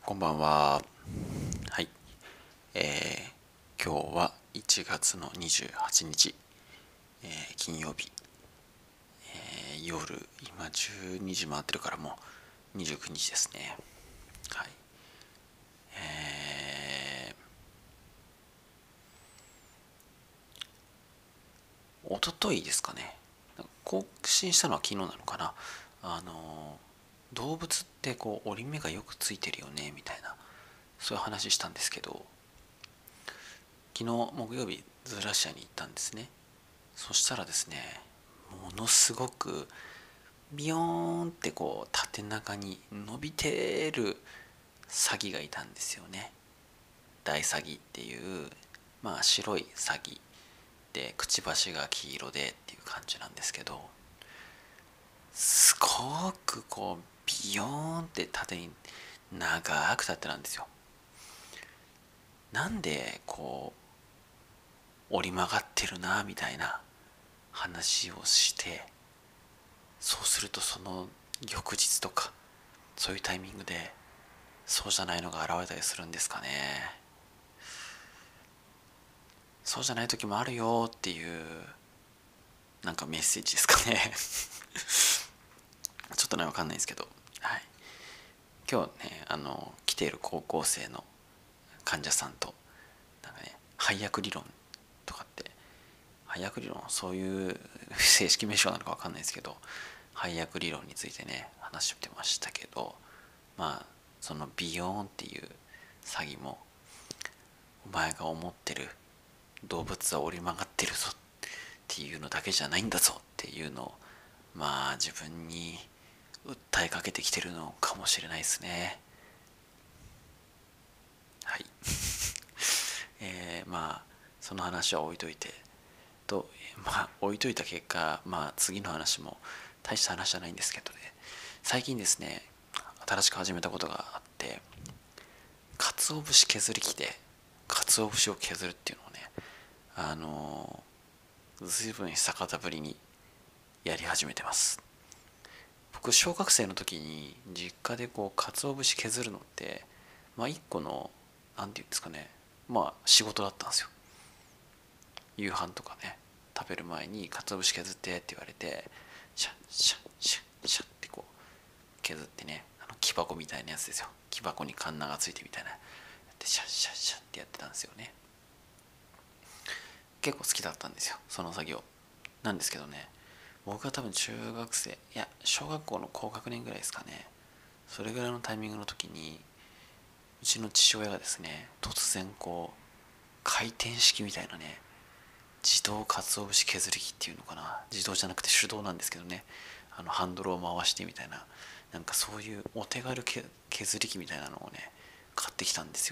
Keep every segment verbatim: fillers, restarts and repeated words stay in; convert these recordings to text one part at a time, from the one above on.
こんばんは。はい。えー、今日はいちがつのにじゅうはちにち、えー金曜日、えー夜、今じゅうにじ回ってるからもうにじゅうくにちですね。はい。えー、おとといですかね。更新したのは昨日なのかな。あのー動物ってこう折り目がよくついてるよねみたいな、そういう話したんですけど、昨日木曜日ズラシアに行ったんですね。そしたらですね、ものすごくビヨーンってこう縦長に伸びてるサギがいたんですよね。大サギっていう、まあ白いサギでくちばしが黄色でっていう感じなんですけど、すごくこうビヨーンって縦に長く立ってなんですよ。なんでこう折り曲がってるなみたいな話をして、そうするとその翌日とかそういうタイミングでそうじゃないのが現れたりするんですかね。そうじゃない時もあるよっていうなんかメッセージですかね。ちょっとね、わかんないですけど、はい、今日ね、あの来ている高校生の患者さんとなんかね、配薬理論とかって、配薬理論、そういう正式名称なのかわかんないですけど、配薬理論についてね話してましたけど、まあそのビヨーンっていう詐欺も、お前が思ってる動物は折り曲がってるぞっていうのだけじゃないんだぞっていうのを、まあ自分に訴えかけてきてるのかもしれないですね。はい。えー、まあその話は置いといて、とまあ置いといた結果、まあ次の話も大した話じゃないんですけどね、最近ですね、新しく始めたことがあって、鰹節削り器で鰹節を削るっていうのをね、あのー、随分久方ぶりにやり始めてます。僕小学生の時に実家でこう鰹節削るのって、まあ一個のなんていうんですかね、まあ仕事だったんですよ。夕飯とかね食べる前に鰹節削ってって言われて、シャッシャッシャッシャッってこう削ってね、あの木箱みたいなやつですよ、木箱にカンナがついてみたいな、でシャッシャッシャッってやってたんですよね。結構好きだったんですよ、その作業。なんですけどね、僕が多分中学生、いや小学校の高学年ぐらいですかね、それぐらいのタイミングの時に、うちの父親がですね、突然こう回転式みたいなね、自動鰹節削り器っていうのかな、自動じゃなくて手動なんですけどね、あのハンドルを回してみたいな、なんかそういうお手軽削り器みたいなのをね買ってきたんですよ。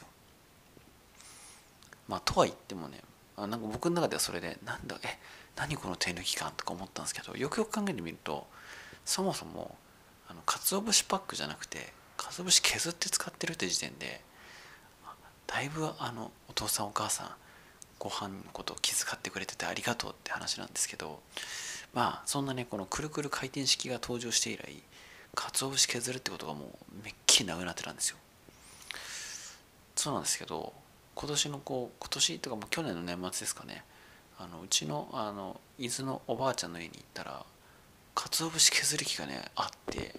まあとは言ってもね、あなんか僕の中ではそれで、なんだえ何この手抜き感とか思ったんですけど、よくよく考えてみると、そもそもあの鰹節パックじゃなくて鰹節削って使ってるって時点で、だいぶあのお父さんお母さんご飯のことを気遣ってくれててありがとうって話なんですけど、まあそんなね、このくるくる回転式が登場して以来、鰹節削るってことがもうめっきりなくなってたんですよ。そうなんですけど、今年のこう今年とかもう去年の年末ですかね、あのうちのあの伊豆のおばあちゃんの家に行ったら鰹節削り器がねあって、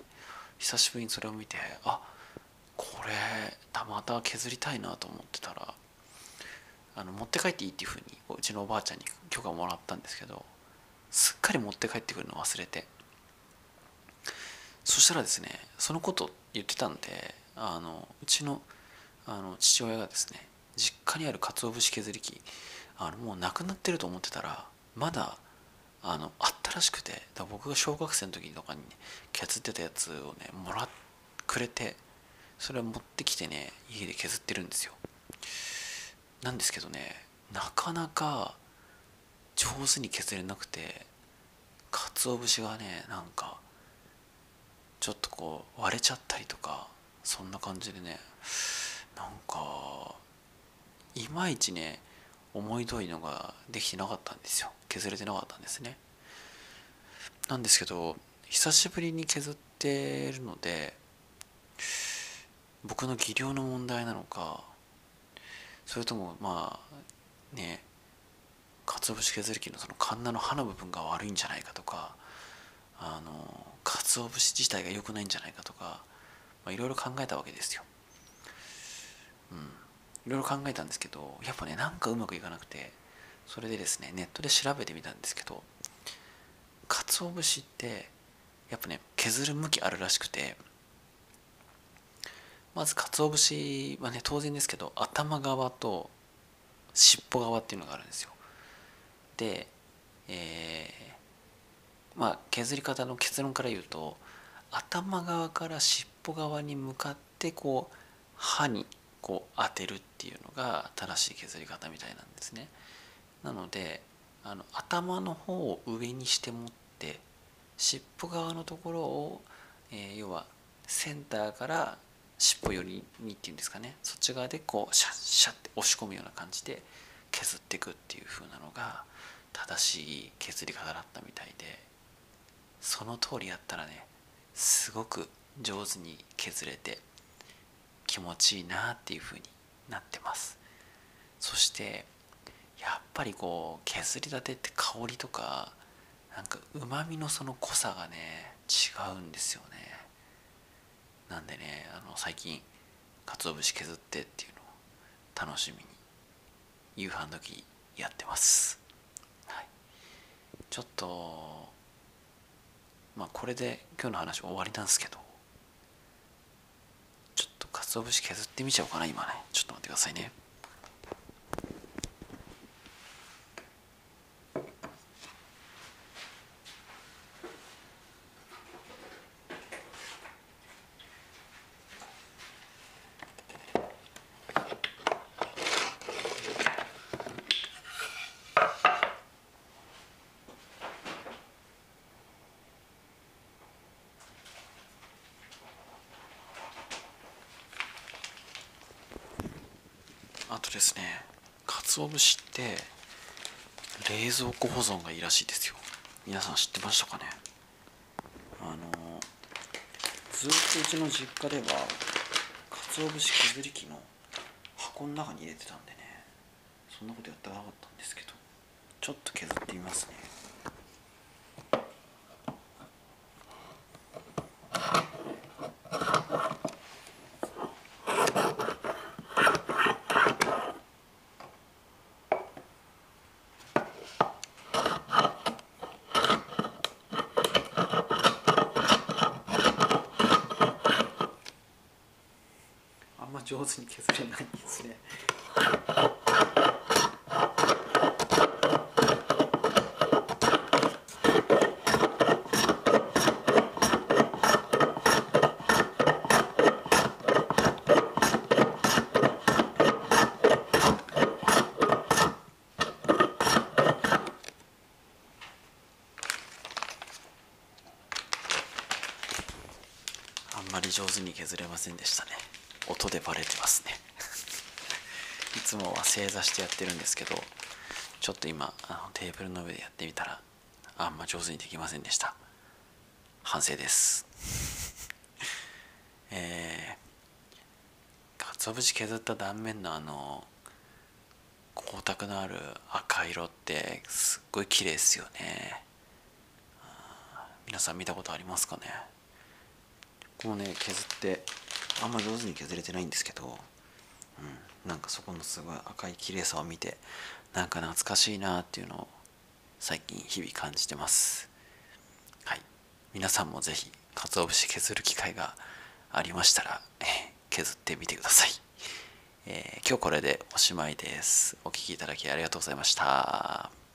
久しぶりにそれを見て、あこれまた削りたいなと思ってたら、あの持って帰っていいっていうふうにうちのおばあちゃんに許可もらったんですけど、すっかり持って帰ってくるの忘れて、そしたらですね、そのこと言ってたんで、あのうちのあの父親がですね、実家にある鰹節削り器、あのもうなくなってると思ってたら、まだあのあったらしくて、だから僕が小学生の時とかに、ね、削ってたやつをねもらっくれて、それを持ってきてね家で削ってるんですよ。なんですけどね、なかなか上手に削れなくて、鰹節がねなんかちょっとこう割れちゃったりとか、そんな感じでね、なんかいまいちね思い通りのができてなかったんですよ、削れてなかったんですね。なんですけど久しぶりに削ってるので、 僕の技量の問題なのか、それともまあね、鰹節削り器のそのカンナの刃の部分が悪いんじゃないかとか、あの鰹節自体が良くないんじゃないかとか、まあ、いろいろ考えたわけですよ。うん、いろいろ考えたんですけど、やっぱねなんかうまくいかなくて、それでですねネットで調べてみたんですけど、鰹節ってやっぱね削る向きあるらしくて、まず鰹節はね当然ですけど頭側と尻尾側っていうのがあるんですよ。で、えー、まあ削り方の結論から言うと、頭側から尻尾側に向かってこう刃にこう当てるっていうのが正しい削り方みたいなんですね。なのであの頭の方を上にして持って、尻尾側のところを、えー、要はセンターから尻尾寄りにっていうんですかね、そっち側でこうシャッシャッって押し込むような感じで削っていくっていう風なのが正しい削り方だったみたいで、その通りやったらねすごく上手に削れて気持ちいいなっていう風になってます。そしてやっぱりこう削りたてって香りとかなんかうまみのその濃さがね違うんですよね。なんでねあの最近鰹節削ってっていうのを楽しみに夕飯時やってます。はい、ちょっとまあこれで今日の話終わりなんですけど、ちょっと鰹節削ってみちゃおうかな今ね。ちょっと待ってくださいね。あとですね、鰹節って冷蔵庫保存がいいらしいですよ。皆さん知ってましたかね。あのずっとうちの実家では鰹節削り器の箱の中に入れてたんでね、そんなことやってなかったんですけど、ちょっと削ってみますね。あんま上手に削れないんですね。あんまり上手に削れませんでしたね。音でバレてますねいつもは正座してやってるんですけど、ちょっと今あのテーブルの上でやってみたらあんま上手にできませんでした。反省ですえー、鰹節削った断面のあの光沢のある赤色ってすっごい綺麗ですよね。皆さん見たことありますかね。こうね削ってあんま上手に削れてないんですけど、うん、なんかそこのすごい赤い綺麗さを見てなんか懐かしいなっていうのを最近日々感じてます。はい、皆さんもぜひ鰹節削る機会がありましたら、えー、削ってみてください。えー、今日これでおしまいです。お聞きいただきありがとうございました。